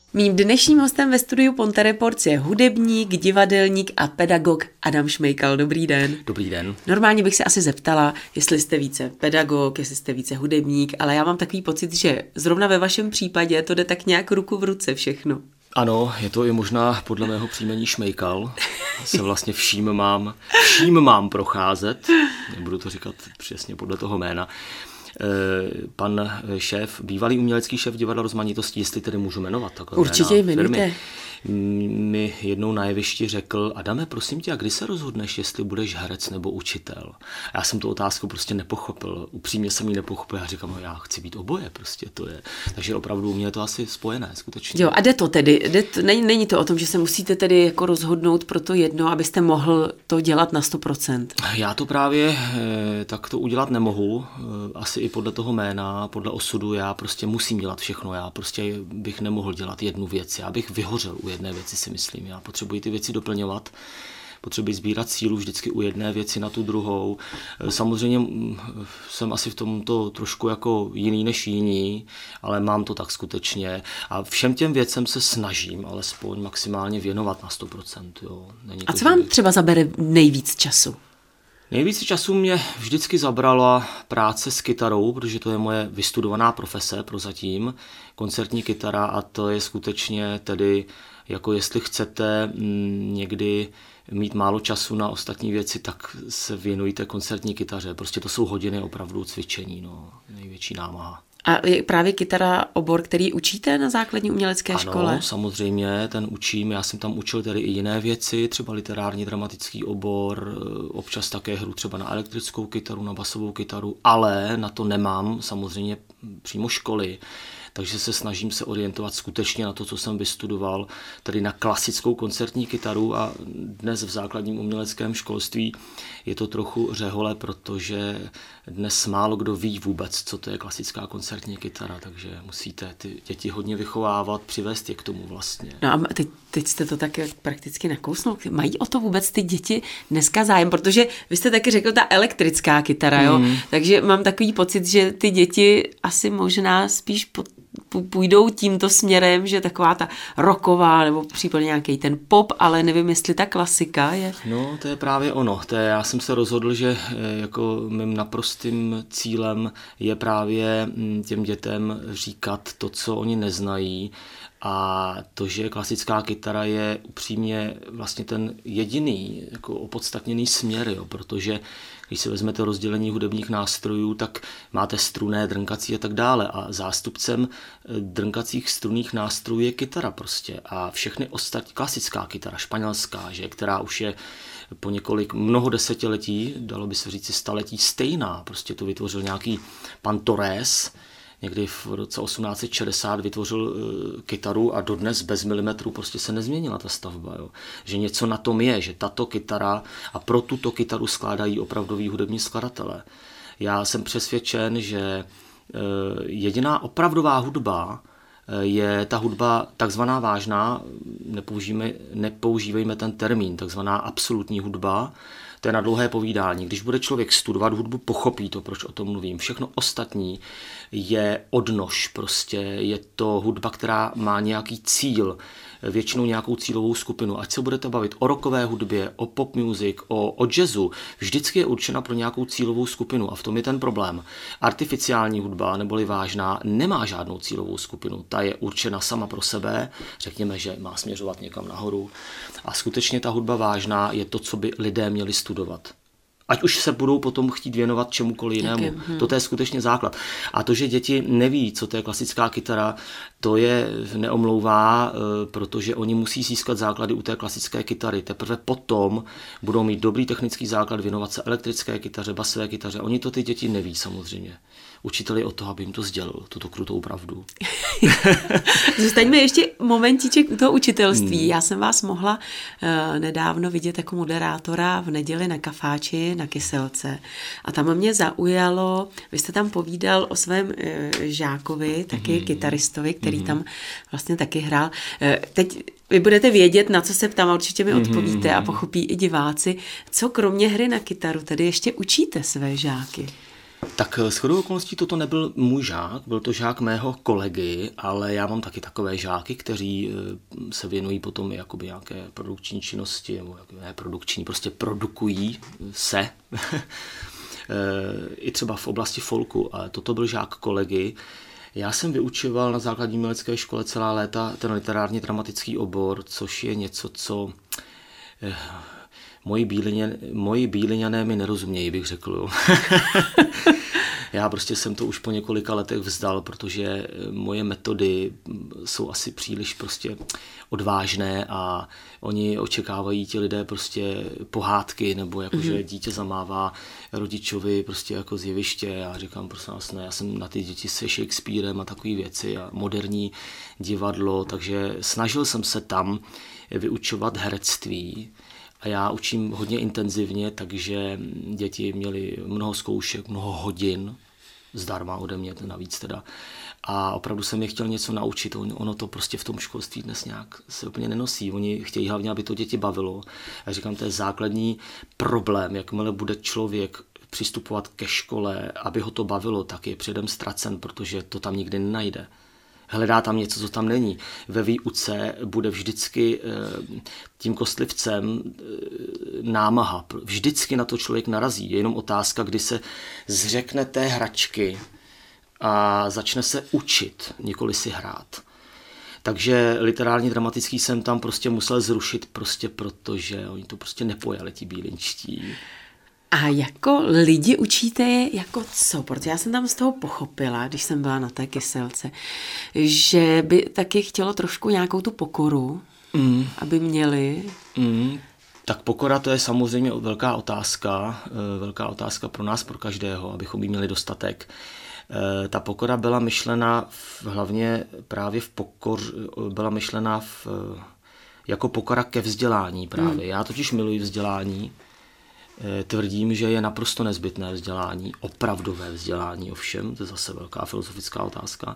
Mým dnešním hostem ve studiu Ponte Reports je hudebník, divadelník a pedagog Adam Šmejkal. Dobrý den. Dobrý den. Normálně bych se asi zeptala, jestli jste více pedagog, jestli jste více hudebník, ale já mám takový pocit, že zrovna ve vašem případě to jde tak nějak ruku v ruce všechno. Ano, je to i možná podle mého příjmení Šmejkal. Se vlastně vším mám procházet. Nebudu to říkat přesně podle toho jména. Pan šéf, bývalý umělecký šéf Divadla Rozmanitosti, jestli tedy můžu jmenovat takové určitě jmenujte. Mi jednou na jevišti řekl: Adame, prosím tě, a kdy se rozhodneš, jestli budeš herec nebo učitel? A já jsem tu otázku prostě nepochopil. Upřímně jsem ji nepochopil. Já říkám, no já chci být oboje, prostě to je. Takže opravdu u mě je to asi spojené, skutečně. Jo, a jde to tedy? Není to o tom, že se musíte tedy jako rozhodnout pro to jedno, abyste mohl to dělat na 100%? Já to právě tak to udělat nemohu. Asi i podle toho jména, podle osudu, já prostě musím dělat všechno. Já prostě bych nemohl dělat jednu věc. Já bych vyhořel u jedné věci, si myslím. Já potřebuji ty věci doplňovat, potřebuji sbírat sílu vždycky u jedné věci na tu druhou. Samozřejmě jsem asi v tomto trošku jako jiný než jiní, ale mám to tak skutečně. A všem těm věcem se snažím alespoň maximálně věnovat na 100%. Jo. Není to, a co vám třeba zabere nejvíc času? Nejvíc času mě vždycky zabrala práce s kytarou, protože to je moje vystudovaná profese prozatím, koncertní kytara, a to je skutečně tedy, jako jestli chcete někdy mít málo času na ostatní věci, tak se věnujte koncertní kytaře. Prostě to jsou hodiny opravdu cvičení, největší námaha. A je právě kytara obor, který učíte na základní umělecké škole? Ano, samozřejmě, ten učím. Já jsem tam učil tedy i jiné věci, třeba literární dramatický obor, občas také hru třeba na elektrickou kytaru, na basovou kytaru, ale na to nemám samozřejmě přímo školy. Takže se snažím se orientovat skutečně na to, co jsem vystudoval, tedy na klasickou koncertní kytaru, a dnes v základním uměleckém školství je to trochu řehole, protože dnes málo kdo ví vůbec, co to je klasická koncertní kytara, takže musíte ty děti hodně vychovávat, přivést je k tomu vlastně. No a teď jste to tak prakticky nakousnul. Mají o to vůbec ty děti dneska zájem? Protože vy jste taky řekl ta elektrická kytara, jo? Takže mám takový pocit, že ty děti asi možná spíš půjdou tímto směrem, že taková ta rocková nebo případně nějaký ten pop, ale nevím, jestli ta klasika je. No, to je právě ono. Já jsem se rozhodl, že jako mým naprostým cílem je právě těm dětem říkat to, co oni neznají, a to, že klasická kytara je upřímně vlastně ten jediný jako opodstatněný směr, jo, protože když si vezmete rozdělení hudebních nástrojů, tak máte strunné, drnkací a tak dále, a zástupcem drnkacích strunných nástrojů je kytara prostě, a všechny ostatní, klasická kytara, španělská, že, která už je po mnoho desetiletí, dalo by se říct staletí, stejná, prostě to vytvořil nějaký pan Torres, někdy v roce 1860 vytvořil kytaru a dodnes bez milimetru prostě se nezměnila ta stavba. Jo. Že něco na tom je, že tato kytara, a pro tuto kytaru skládají opravdoví hudební skladatelé. Já jsem přesvědčen, že jediná opravdová hudba je ta hudba takzvaná vážná, nepoužívejme ten termín, takzvaná absolutní hudba. To je na dlouhé povídání. Když bude člověk studovat hudbu, pochopí to, proč o tom mluvím. Všechno ostatní je odnož prostě. Je to hudba, která má nějaký cíl, většinou nějakou cílovou skupinu. Ať se budete bavit o rockové hudbě, o pop music, o jazzu, vždycky je určena pro nějakou cílovou skupinu, a v tom je ten problém. Artificiální hudba, neboli vážná, nemá žádnou cílovou skupinu. Ta je určena sama pro sebe, řekněme, že má směřovat někam nahoru. A skutečně ta hudba vážná je to, co by lidé měli studovat. Ať už se budou potom chtít věnovat čemukoliv jinému. To je skutečně základ. A to, že děti neví, co to je klasická kytara, to je neomlouvá, protože oni musí získat základy u té klasické kytary. Teprve potom budou mít dobrý technický základ věnovat se elektrické kytaře, basové kytaře. Oni to ty děti neví samozřejmě. Učitel je od toho, aby jim to sdělil, tuto krutou pravdu. Zůstaňme ještě momentíček u toho učitelství. Já jsem vás mohla nedávno vidět jako moderátora v neděli na Kafáči na Kyselce. A tam mě zaujalo, vy jste tam povídal o svém žákovi, taky kytaristovi, který tam vlastně taky hrál. Teď vy budete vědět, na co se ptám, a určitě mi odpovíte a pochopí i diváci. Co kromě hry na kytaru tedy ještě učíte své žáky? Tak shodou okolností toto nebyl můj žák, byl to žák mého kolegy, ale já mám taky takové žáky, kteří se věnují potom jakoby nějaké produkční činnosti, nebo ne produkční, prostě produkují se, i třeba v oblasti folku. A toto byl žák kolegy. Já jsem vyučoval na základní umělecké škole celá léta ten literárně dramatický obor, což je něco, co moji Bíliňané mi nerozumějí, bych řekl. Já prostě jsem to už po několika letech vzdal, protože moje metody jsou asi příliš prostě odvážné a oni očekávají ti lidé prostě pohádky, nebo jakože dítě zamává rodičovi prostě jako z jeviště. Já říkám, prosím vás, ne, já jsem na ty děti se Shakespearem a takové věci a moderní divadlo, takže snažil jsem se tam vyučovat herectví. A já učím hodně intenzivně, takže děti měly mnoho zkoušek, mnoho hodin, zdarma ode mě navíc teda. A opravdu jsem je chtěl něco naučit, ono to prostě v tom školství dnes nějak se úplně nenosí. Oni chtějí hlavně, aby to děti bavilo. A říkám, to je základní problém, jakmile bude člověk přistupovat ke škole, aby ho to bavilo, tak je předem ztracen, protože to tam nikdy nenajde. Hledá tam něco, co tam není. Ve výuce bude vždycky tím kostlivcem námaha. Vždycky na to člověk narazí. Je jenom otázka, kdy se zřekne té hračky a začne se učit, nikoli si hrát. Takže literárně dramatický jsem tam prostě musel zrušit, prostě protože oni to prostě nepojali, ti bílinčtí. A jako lidi učíte jako co? Protože já jsem tam z toho pochopila, když jsem byla na té Kyselce, že by taky chtělo trošku nějakou tu pokoru, aby měli. Tak pokora, to je samozřejmě velká otázka pro nás, pro každého, abychom jí měli dostatek. Ta pokora byla myšlena hlavně právě byla myšlena jako pokora ke vzdělání právě. Já totiž miluji vzdělání. Tvrdím, že je naprosto nezbytné vzdělání, opravdové vzdělání ovšem, to je zase velká filozofická otázka.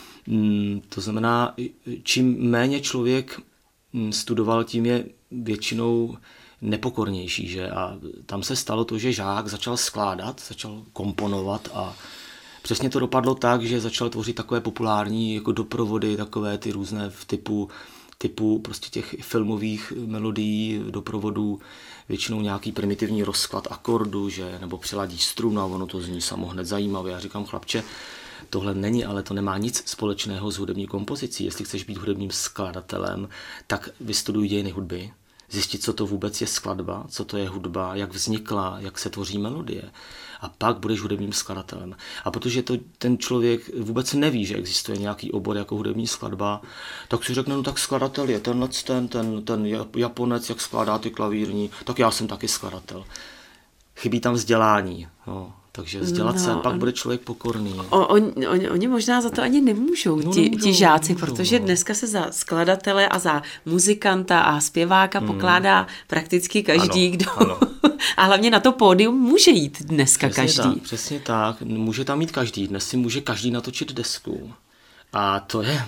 To znamená, čím méně člověk studoval, tím je většinou nepokornější. Že? A tam se stalo to, že žák začal skládat, začal komponovat a přesně to dopadlo tak, že začal tvořit takové populární jako doprovody, takové ty různé typu prostě těch filmových melodií, doprovodů, většinou nějaký primitivní rozklad akordu, že, nebo přiladí strunu a ono to zní samo hned zajímavě. Já říkám, chlapče, tohle není, ale to nemá nic společného s hudební kompozicí. Jestli chceš být hudebním skladatelem, tak vystuduj dějiny hudby, zjistit, co to vůbec je skladba, co to je hudba, jak vznikla, jak se tvoří melodie. A pak budeš hudebním skladatelem. A protože ten člověk vůbec neví, že existuje nějaký obor jako hudební skladba, tak si řekne, no tak skladatel je ten Japonec, jak skládá ty klavírní, tak já jsem taky skladatel. Chybí tam vzdělání. No. Takže vzdělat se, pak bude člověk pokorný. Oni možná za to ani nemůžou, ti žáci, protože dneska se za skladatele a za muzikanta a zpěváka pokládá prakticky každý, kdo... Ano. A hlavně na to pódium může jít dneska každý. Přesně tak, může tam mít každý. Dnes si může každý natočit desku. A to je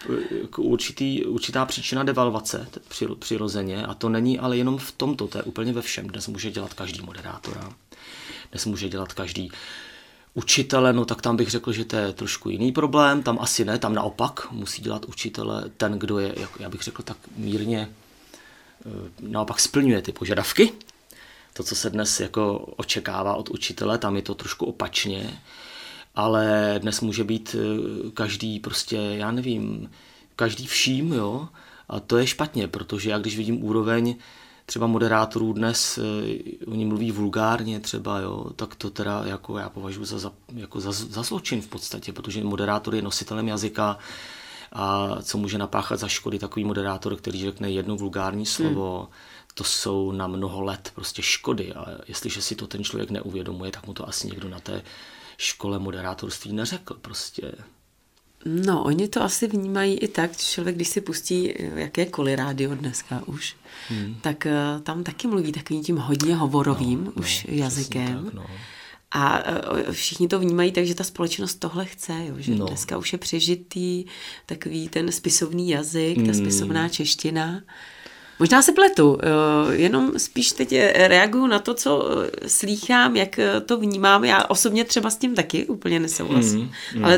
určitá příčina devalvace přirozeně. A to není ale jenom v tomto, to je úplně ve všem. Dnes může dělat každý moderátora. Dnes může dělat každý učitele, no tak tam bych řekl, že to je trošku jiný problém, tam asi ne, tam naopak musí dělat učitele ten, kdo je, já bych řekl, tak mírně naopak splňuje ty požadavky. To, co se dnes jako očekává od učitele, tam je to trošku opačně, ale dnes může být každý prostě, já nevím, každý vším, jo, a to je špatně, protože já když vidím úroveň třeba moderátorů dnes, oni mluví vulgárně třeba, jo, tak to teda jako já považuji za zločin v podstatě, protože moderátor je nositelem jazyka a co může napáchat za škody takový moderátor, který řekne jedno vulgární slovo, to jsou na mnoho let prostě škody a jestliže si to ten člověk neuvědomuje, tak mu to asi někdo na té škole moderátorství neřekl prostě. No, oni to asi vnímají i tak, člověk, když si pustí jakékoliv rádio dneska už, tak tam taky mluví takovým tím hodně hovorovým už jazykem. Tak, no. A všichni to vnímají tak, že ta společnost tohle chce, jo, že dneska už je přežitý takový ten spisovný jazyk, ta spisovná čeština. Možná se pletu, jenom spíš teď reaguju na to, co slýchám, jak to vnímám. Já osobně třeba s tím taky úplně nesouhlasím, ale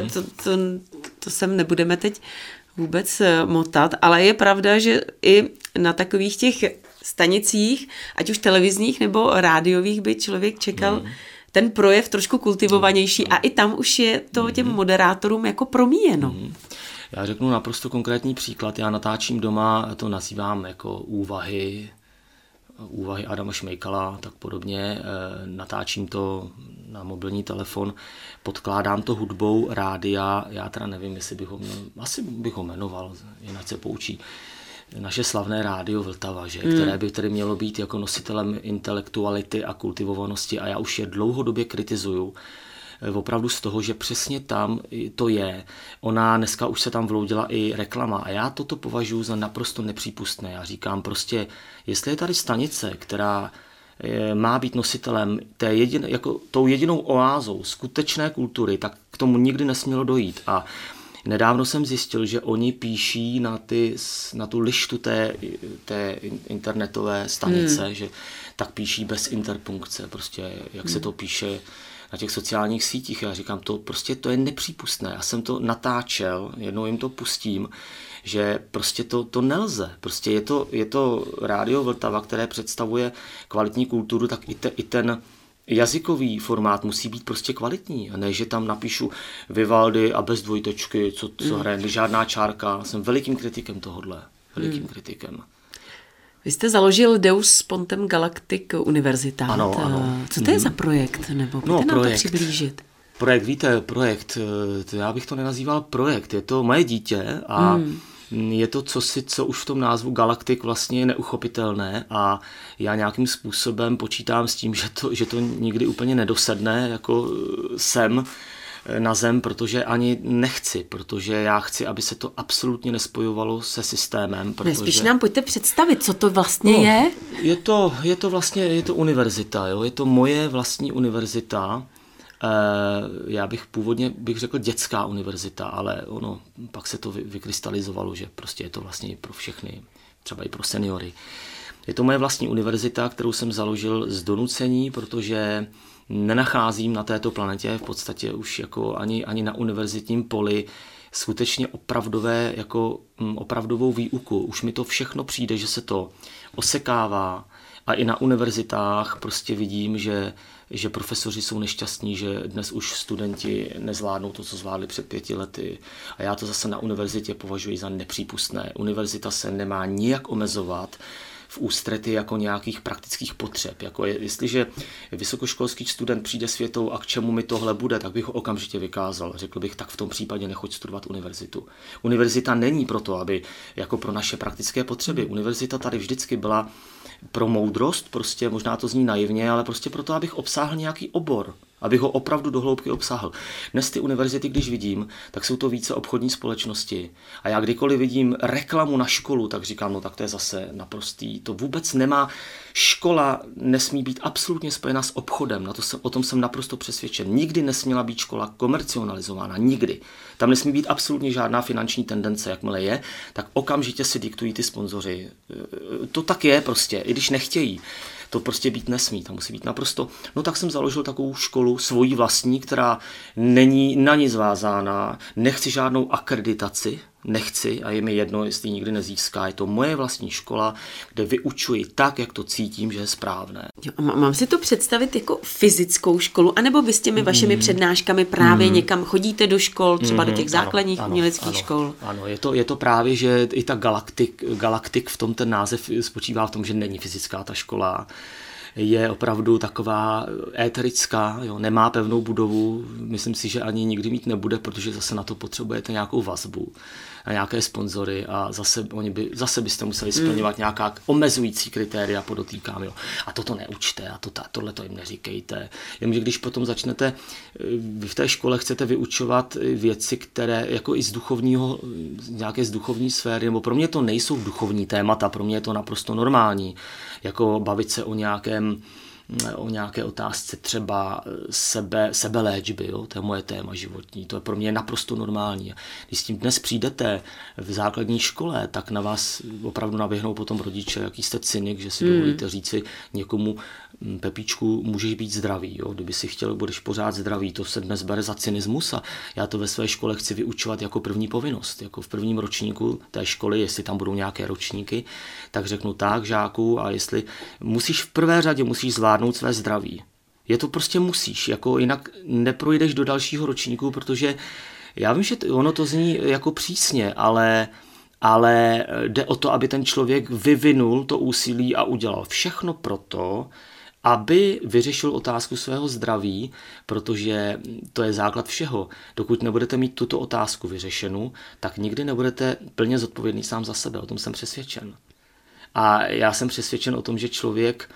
to sem nebudeme teď vůbec motat, ale je pravda, že i na takových těch stanicích, ať už televizních nebo rádiových, by člověk čekal ten projev trošku kultivovanější a i tam už je to těm moderátorům jako promíjeno. Já řeknu naprosto konkrétní příklad. Já natáčím doma, to nazývám jako úvahy Adama Šmejkala, tak podobně. Natáčím to na mobilní telefon, podkládám to hudbou rádia, já teda nevím, jestli asi bych ho jmenoval, jinak se poučí. Naše slavné rádio Vltava, že? Které by tedy mělo být jako nositelem intelektuality a kultivovanosti a já už je dlouhodobě kritizuju. Opravdu z toho, že přesně tam to je. Ona dneska už se tam vloudila i reklama a já toto považuji za naprosto nepřípustné. Já říkám prostě, jestli je tady stanice, která má být nositelem jako tou jedinou oázou skutečné kultury, tak k tomu nikdy nesmělo dojít. A nedávno jsem zjistil, že oni píší na tu lištu té internetové stanice, že tak píší bez interpunkce, prostě jak se to píše na těch sociálních sítích. Já říkám, to je nepřípustné. Já jsem to natáčel, jednou jim to pustím, že prostě to nelze. Prostě je to rádio Vltava, které představuje kvalitní kulturu, tak i ten jazykový formát musí být prostě kvalitní. A ne, že tam napíšu Vivaldi a bez dvojtečky, co hraje, žádná čárka. Jsem velikým kritikem tohodle. Velikým kritikem. Vy jste založil Deus Pontem Galactic Universitát. Ano. Co to je za projekt? Nebo pojďte nám to přiblížit. Projekt, já bych to nenazýval projekt, je to moje dítě a je to co už v tom názvu Galactic vlastně je neuchopitelné a já nějakým způsobem počítám s tím, že to nikdy úplně nedosedne jako sem na zem, protože ani nechci, protože já chci, aby se to absolutně nespojovalo se systémem. Protože... Spíš nám pojďte představit, co to vlastně je. Je to univerzita, jo? Je to moje vlastní univerzita. Já bych původně řekl dětská univerzita, ale pak se to vykrystalizovalo, že prostě je to vlastně i pro všechny, třeba i pro seniory. Je to moje vlastní univerzita, kterou jsem založil z donucení, protože nenacházím na této planetě v podstatě už jako ani na univerzitním poli skutečně opravdovou výuku. Už mi to všechno přijde, že se to osekává a i na univerzitách prostě vidím, že profesoři jsou nešťastní, že dnes už studenti nezvládnou to, co zvládli před 5 lety. A já to zase na univerzitě považuji za nepřípustné. Univerzita se nemá nijak omezovat v ústrety jako nějakých praktických potřeb. Jako jestliže vysokoškolský student přijde s větou a k čemu mi tohle bude, tak bych ho okamžitě vykázal. Řekl bych, tak v tom případě nechoď studovat univerzitu. Univerzita není proto, aby jako pro naše praktické potřeby. Univerzita tady vždycky byla pro moudrost, prostě možná to zní naivně, ale prostě proto, abych obsáhl nějaký obor, abych ho opravdu do hloubky obsáhl. Dnes ty univerzity, když vidím, tak jsou to více obchodní společnosti. A já kdykoliv vidím reklamu na školu, tak říkám, tak to je zase naprostý. To vůbec nemá. Škola nesmí být absolutně spojena s obchodem. O tom jsem naprosto přesvědčen. Nikdy nesměla být škola komercionalizována. Nikdy. Tam nesmí být absolutně žádná finanční tendence. Jakmile je, tak okamžitě si diktují ty sponzoři. To tak je prostě, i když nechtějí. To prostě být nesmí, tam musí být naprosto. Tak jsem založil takovou školu svojí vlastní, která není na nic vázána, nechci žádnou akreditaci, a je mi jedno, jestli nikdy nezíská. Je to moje vlastní škola, kde vyučuji tak, jak to cítím, že je správné. Jo, a mám si to představit jako fyzickou školu, anebo vy s těmi vašimi přednáškami právě někam chodíte do škol, třeba do těch základních uměleckých škol? Ano, je to právě, že i ta Galactic v tom ten název spočívá v tom, že není fyzická ta škola. Je opravdu taková éterická, nemá pevnou budovu, myslím si, že ani nikdy mít nebude, protože zase na to potřebujete nějakou vazbu a nějaké sponzory a zase byste museli splňovat nějaká omezující kritéria, podotýkám. Jo. A toto neučte a tohle to jim neříkejte. Jenže když potom začnete, vy v té škole chcete vyučovat věci, které jako i z nějaké z duchovní sféry, nebo pro mě to nejsou duchovní témata, pro mě je to naprosto normální, jako bavit se o nějakém o nějaké otázce třeba sebeléčby, jo? To je moje téma životní, to je pro mě naprosto normální. Když s tím dnes přijdete v základní škole, tak na vás opravdu naběhnou potom rodiče, jaký jste cynik, že si dovolíte říci někomu, Pepíčku, můžeš být zdravý, jo? Kdyby si chtěl, budeš pořád zdravý, to se dnes bere za cynismus a já to ve své škole chci vyučovat jako první povinnost, jako v prvním ročníku té školy, jestli tam budou nějaké ročníky, tak řeknu tak, žáku, a jestli musíš v prvé řadě musíš zvládnout své zdraví. Je to prostě musíš, jako jinak neprojdeš do dalšího ročníku, protože já vím, že ono to zní jako přísně, ale jde o to, aby ten člověk vyvinul to úsilí a udělal všechno proto, aby vyřešil otázku svého zdraví, protože to je základ všeho. Dokud nebudete mít tuto otázku vyřešenou, tak nikdy nebudete plně zodpovědný sám za sebe. O tom jsem přesvědčen. A já jsem přesvědčen o tom, že člověk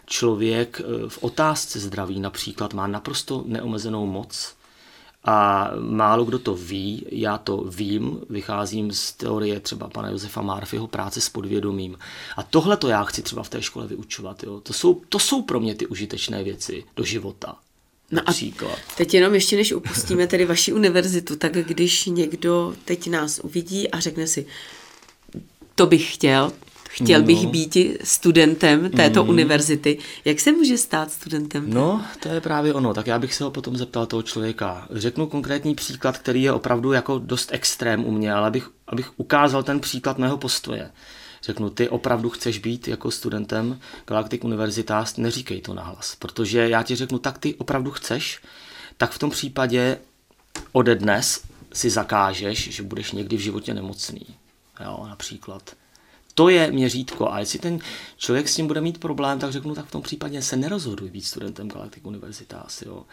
v otázce zdraví například má naprosto neomezenou moc a málo kdo to ví, já to vím, vycházím z teorie třeba pana Josefa Murphyho práce s podvědomím. A tohle to já chci třeba v té škole vyučovat. Jo. To jsou pro mě ty užitečné věci do života. No a teď jenom ještě, než upustíme tedy vaši univerzitu, tak když někdo teď nás uvidí a řekne si, to bych chtěl bych být studentem této univerzity. Jak se může stát studentem? No, to je právě ono. Tak já bych se ho potom zeptal toho člověka. Řeknu konkrétní příklad, který je opravdu jako dost extrém u mě, ale abych ukázal ten příklad mého postoje. Řeknu, ty opravdu chceš být jako studentem Galactic Universitas, neříkej to nahlas, protože já ti řeknu, tak ty opravdu chceš, tak v tom případě ode dnes si zakážeš, že budeš někdy v životě nemocný. Jo, například. To je měřítko a jestli ten člověk s tím bude mít problém, tak řeknu, tak v tom případě se nerozhoduj být studentem Galactic Universitas. Jo.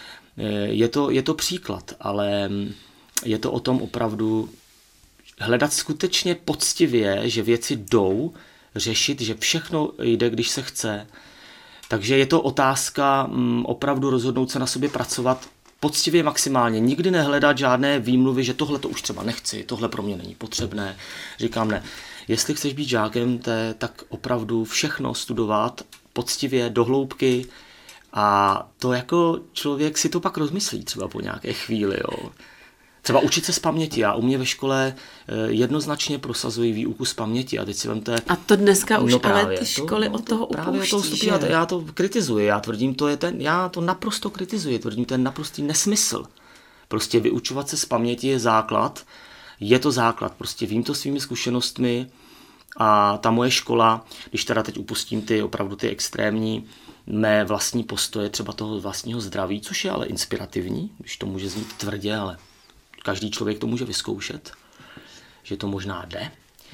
Je to příklad, ale je to o tom opravdu hledat skutečně poctivě, že věci jdou, řešit, že všechno jde, když se chce. Takže je to otázka opravdu rozhodnout se na sobě pracovat poctivě maximálně. Nikdy nehledat žádné výmluvy, že tohle to už třeba nechci, tohle pro mě není potřebné. Říkám ne. Jestli chceš být žákem, tak opravdu všechno studovat poctivě, do hloubky a to jako člověk si to pak rozmyslí třeba po nějaké chvíli. Jo. Třeba učit se z paměti. Já u mě ve škole jednoznačně prosazují výuku z paměti. A teď si vemte... A to dneska už ale ty školy od toho upouští. Já to kritizuji. Já to naprosto kritizuji. Tvrdím, to je naprostý nesmysl. Prostě vyučovat se z paměti je základ. Je to základ. Prostě vím to svými zkušenostmi a ta moje škola, když teda teď upustím opravdu ty extrémní mé vlastní postoje, třeba toho vlastního zdraví, což je ale inspirativní, když to může znít tvrdě, ale každý člověk to může vyzkoušet, že to možná jde.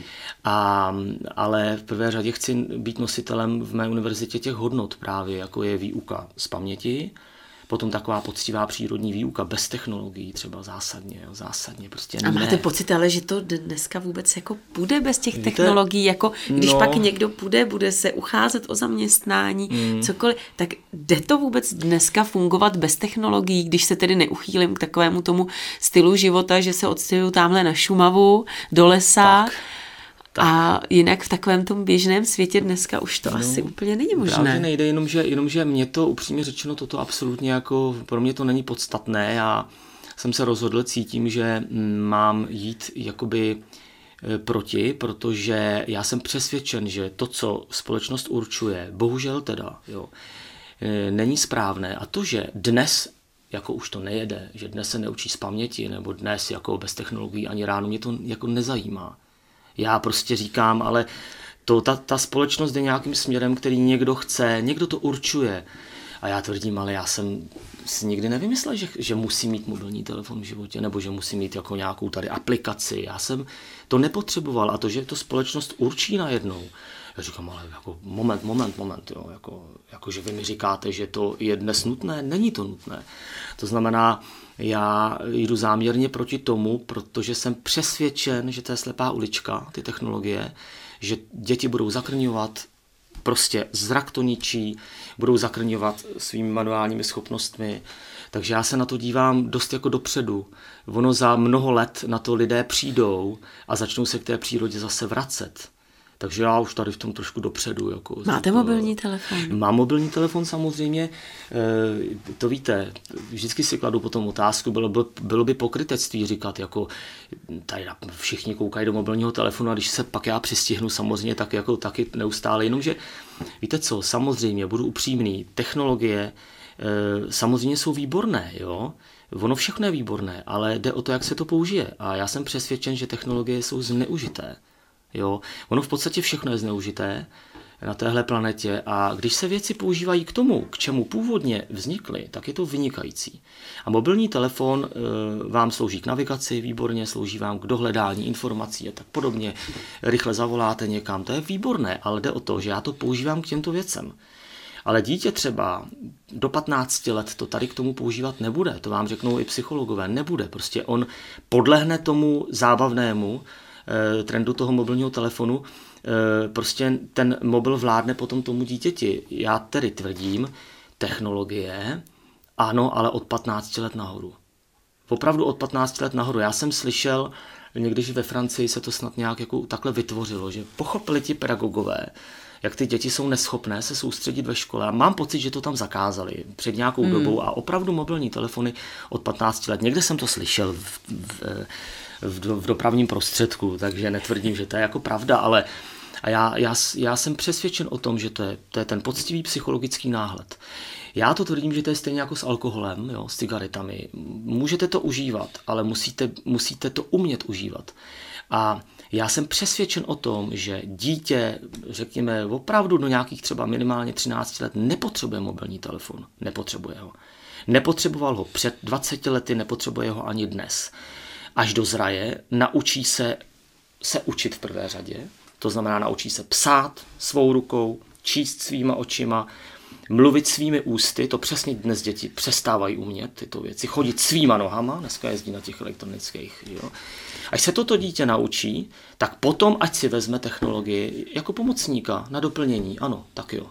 Ale v prvé řadě chci být nositelem v mé univerzitě těch hodnot právě, jako je výuka z paměti, potom taková poctivá přírodní výuka bez technologií třeba zásadně prostě ne. A máte pocit ale, že to dneska vůbec jako půjde bez těch technologií, jako když pak někdo bude se ucházet o zaměstnání, cokoliv, tak jde to vůbec dneska fungovat bez technologií, když se tedy neuchýlím k takovému tomu stylu života, že se odstěhuju tamhle na Šumavu, do lesa, tak. A jinak v takovém tom běžném světě dneska už to asi úplně není možné. Právě nejde, jenomže mě to upřímně řečeno toto absolutně jako, pro mě to není podstatné. Já jsem se rozhodl, cítím, že mám jít jakoby proti, protože já jsem přesvědčen, že to, co společnost určuje, bohužel teda, není správné. A to, že dnes jako už to nejede, že dnes se neučí z paměti, nebo dnes jako bez technologií ani ráno, mě to jako nezajímá. Já prostě říkám, ale ta společnost jde nějakým směrem, který někdo chce, někdo to určuje. A já tvrdím, ale já jsem si nikdy nevymyslel, že musím mít mobilní telefon v životě, nebo že musím mít jako nějakou tady aplikaci. Já jsem to nepotřeboval a to, že to společnost určí najednou. Já říkám, ale jako moment, jo, jako že vy mi říkáte, že to je dnes nutné, není to nutné. To znamená, já jdu záměrně proti tomu, protože jsem přesvědčen, že to je slepá ulička, ty technologie, že děti budou zakrňovat, prostě zrak to ničí, budou zakrňovat svými manuálními schopnostmi, takže já se na to dívám dost jako dopředu. Ono za mnoho let na to lidé přijdou a začnou se k té přírodě zase vracet. Takže já už tady v tom trošku dopředu. Jako, máte mobilní telefon? Mám mobilní telefon samozřejmě. To víte, vždycky si kladu potom otázku, bylo by pokrytectví říkat, jako tady všichni koukají do mobilního telefonu a když se pak já přistihnu samozřejmě, tak jako taky neustále. Jenomže víte co, samozřejmě, budu upřímný, technologie samozřejmě jsou výborné, jo. Ono všechno je výborné, ale jde o to, jak se to použije. A já jsem přesvědčen, že technologie jsou zneužité. Jo? Ono v podstatě všechno je zneužité na téhle planetě a když se věci používají k tomu, k čemu původně vznikly, tak je to vynikající. A mobilní telefon vám slouží k navigaci, výborně, slouží vám k dohledání informací a tak podobně. Rychle zavoláte někam, to je výborné, ale jde o to, že já to používám k těmto věcem. Ale dítě třeba do 15 let to tady k tomu používat nebude, to vám řeknou i psychologové, nebude. Prostě on podlehne tomu zábavnému trendu toho mobilního telefonu, prostě ten mobil vládne potom tomu dítěti. Já tedy tvrdím, technologie, ano, ale od 15 let nahoru. Opravdu od 15 let nahoru. Já jsem slyšel, někdy, že ve Francii se to snad nějak jako takhle vytvořilo, že pochopili ti pedagogové, jak ty děti jsou neschopné se soustředit ve škole. A mám pocit, že to tam zakázali před nějakou dobou a opravdu mobilní telefony od 15 let. Někde jsem to slyšel v dopravním prostředku, takže netvrdím, že to je jako pravda, ale já jsem přesvědčen o tom, že to je ten poctivý psychologický náhled. Já to tvrdím, že to je stejně jako s alkoholem, jo, s cigaretami. Můžete to užívat, ale musíte to umět užívat. A já jsem přesvědčen o tom, že dítě, řekněme, opravdu do nějakých třeba minimálně 13 let nepotřebuje mobilní telefon. Nepotřebuje ho. Nepotřeboval ho před 20 lety, nepotřebuje ho ani dnes. Až dozraje, naučí se učit v prvé řadě, to znamená naučí se psát svou rukou, číst svýma očima, mluvit svými ústy, to přesně dnes děti přestávají umět tyto věci, chodit svýma nohama, dneska jezdí na těch elektronických. Jo. Až se toto dítě naučí, tak potom ať si vezme technologii jako pomocníka na doplnění, ano, tak jo.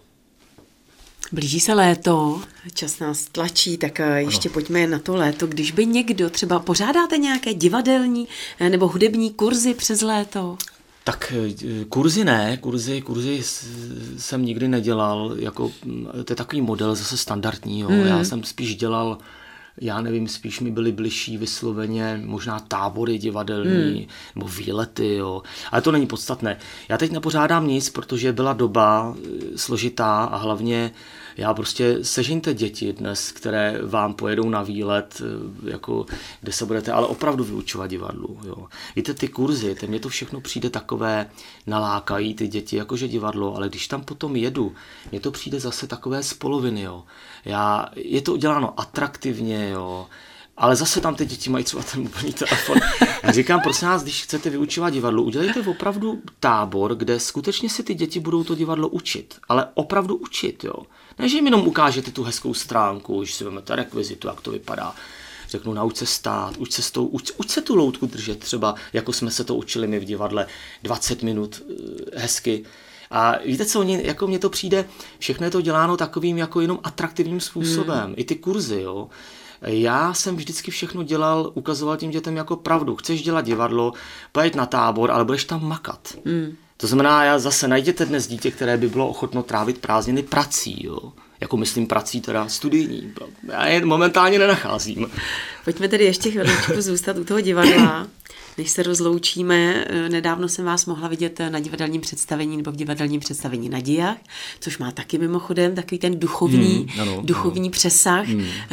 Blíží se léto, čas nás tlačí, tak ještě pojďme na to léto. Když by někdo, třeba pořádáte nějaké divadelní nebo hudební kurzy přes léto? Tak kurzy ne, kurzy jsem nikdy nedělal, jako, to je takový model zase standardní, jo. Já jsem spíš dělal, já nevím, spíš mi byly bližší vysloveně možná tábory divadelní nebo výlety, jo. Ale to není podstatné. Já teď nepořádám nic, protože byla doba složitá a hlavně já prostě sežeňte děti dnes, které vám pojedou na výlet, jako, kde se budete ale opravdu vyučovat divadlu. Jo. Víte, ty kurzy, mně to všechno přijde takové, nalákají ty děti jakože divadlo, ale když tam potom jedu, mně to přijde zase takové z poloviny. Jo. Je to uděláno atraktivně, jo. Ale zase tam ty děti mají třeba ten mobilní telefon. Já říkám, prosím vás, když chcete vyučovat divadlo, udělejte opravdu tábor, kde skutečně si ty děti budou to divadlo učit. Ale opravdu učit, jo. Ne, že jim jenom ukážete tu hezkou stránku, že si vezmete rekvizitu, jak to vypadá. Řeknu, nauč se stát, uč se tu loutku držet třeba, jako jsme se to učili my v divadle, 20 minut hezky. A víte co, jako mně to přijde, všechno je to děláno takovým jako jenom atraktivním způsobem. I ty kurzy, jo. Já jsem vždycky všechno dělal, ukazoval tím dětem jako pravdu. Chceš dělat divadlo, pojď na tábor, ale budeš tam makat. To znamená, já zase najděte dnes dítě, které by bylo ochotno trávit prázdniny prací, jo. Jako myslím prací teda studijní. Já je momentálně nenacházím. Pojďme tedy ještě chvíličku zůstat u toho divadla. Než se rozloučíme, nedávno jsem vás mohla vidět na divadelním představení nebo v divadelním představení na Diách, což má taky mimochodem takový ten duchovní přesah.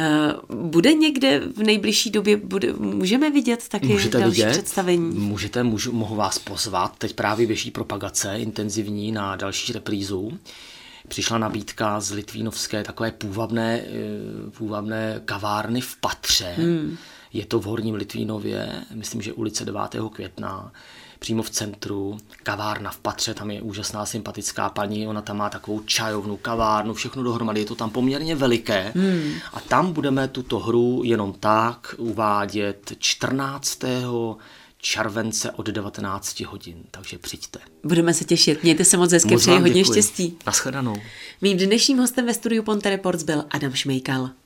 Bude někde v nejbližší době, můžeme vidět taky další představení? Mohu vás pozvat, teď právě běží propagace intenzivní na další reprízu. Přišla nabídka z Litvínovské takové půvabné kavárny v patře. Je to v Horním Litvínově, myslím, že ulice 9. května, přímo v centru, kavárna v patře, tam je úžasná sympatická paní, ona tam má takovou čajovnu, kavárnu, všechno dohromady, je to tam poměrně veliké a tam budeme tuto hru jenom tak uvádět 14. července od 19 hodin, takže přijďte. Budeme se těšit, mějte se moc hezky, přeji hodně štěstí. Nashledanou. Mým dnešním hostem ve studiu Ponte Reports byl Adam Šmejkal.